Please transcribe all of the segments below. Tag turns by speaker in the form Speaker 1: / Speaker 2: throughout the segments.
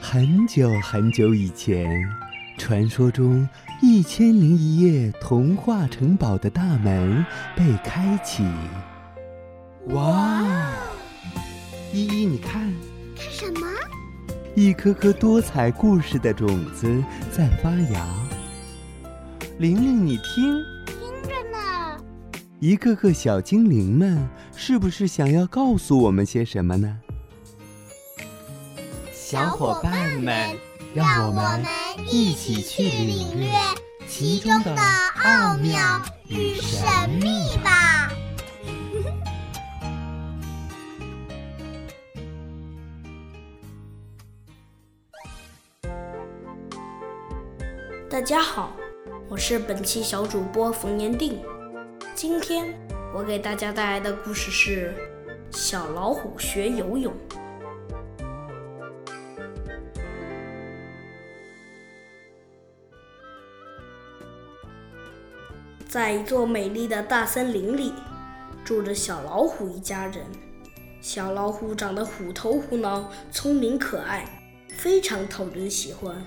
Speaker 1: 很久很久以前，传说中1001夜童话城堡的大门被开启。哇！依依，你看
Speaker 2: 什么？
Speaker 1: 一颗颗多彩故事的种子在发芽。玲玲，你听
Speaker 2: 着呢。
Speaker 1: 一个个小精灵们是不是想要告诉我们些什么呢？小伙伴们，让我们一起去领略其中的奥妙与神秘吧。
Speaker 3: 大家好，我是本期小主播冯延定。今天我给大家带来的故事是小老虎学游泳。在一座美丽的大森林里，住着小老虎一家人。小老虎长得虎头虎脑，聪明可爱，非常讨人喜欢。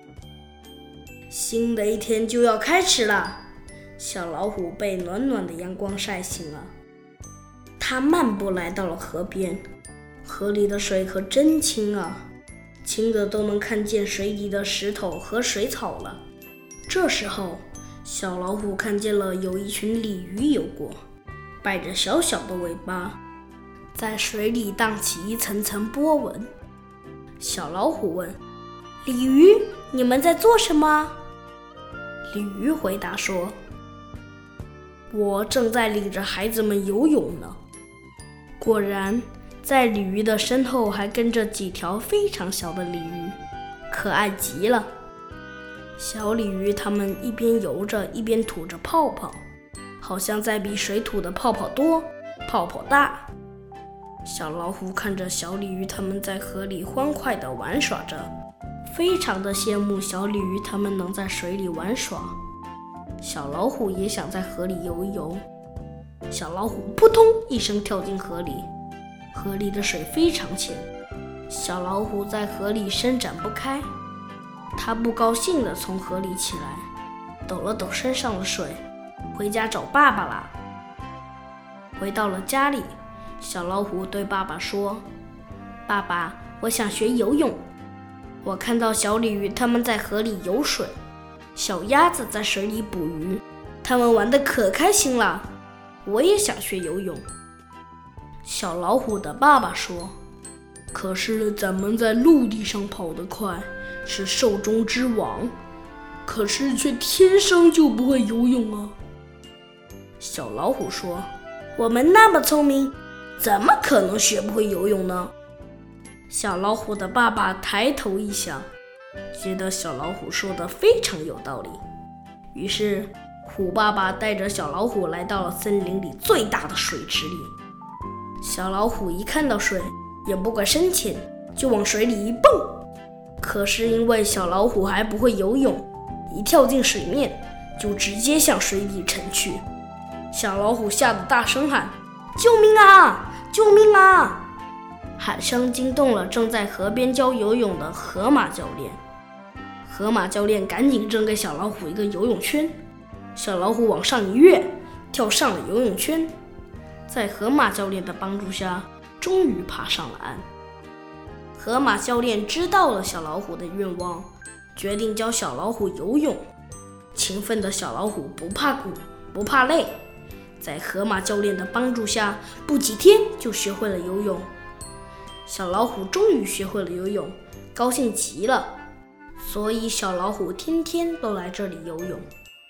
Speaker 3: 新的一天就要开始了，小老虎被暖暖的阳光晒醒了。它漫步来到了河边，河里的水可真清啊，清的都能看见水底的石头和水草了。这时候，小老虎看见了有一群鲤鱼游过，摆着小小的尾巴，在水里荡起一层层波纹。小老虎问：鲤鱼，你们在做什么？鲤鱼回答说：我正在领着孩子们游泳呢。果然，在鲤鱼的身后还跟着几条非常小的鲤鱼，可爱极了。小鲤鱼它们一边游着，一边吐着泡泡，好像在比谁吐的泡泡多，泡泡大。小老虎看着小鲤鱼它们在河里欢快地玩耍着，非常的羡慕小鲤鱼它们能在水里玩耍。小老虎也想在河里游一游。小老虎扑通一声跳进河里，河里的水非常浅，小老虎在河里伸展不开。它不高兴地从河里起来，抖了抖身上的水，回家找爸爸啦。回到了家里，小老虎对爸爸说：爸爸，我想学游泳。我看到小鲤鱼它们在河里游水，小鸭子在水里捕鱼，它们玩得可开心了，我也想学游泳。小老虎的爸爸说：可是咱们在陆地上跑得快，是兽中之王，可是却天生就不会游泳啊。小老虎说：我们那么聪明，怎么可能学不会游泳呢？小老虎的爸爸抬头一想，觉得小老虎说的非常有道理，于是虎爸爸带着小老虎来到了森林里最大的水池里。小老虎一看到水，也不管深浅，就往水里一蹦。可是因为小老虎还不会游泳，一跳进水面就直接向水底沉去。小老虎吓得大声喊：救命啊！救命啊！喊声惊动了正在河边教游泳的河马教练。河马教练赶紧扔给小老虎一个游泳圈，小老虎往上一跃，跳上了游泳圈，在河马教练的帮助下，终于爬上了岸。河马教练知道了小老虎的愿望，决定教小老虎游泳。勤奋的小老虎不怕苦，不怕累，在河马教练的帮助下，不几天就学会了游泳。小老虎终于学会了游泳，高兴极了，所以小老虎天天都来这里游泳。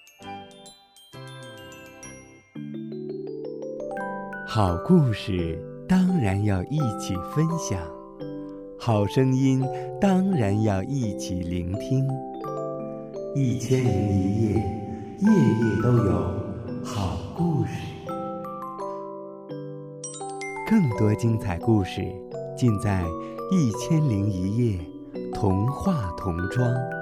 Speaker 1: 好故事当然要一起分享，好声音当然要一起聆听。1001夜，夜夜都有好故事。更多精彩故事尽在1001夜童话童装。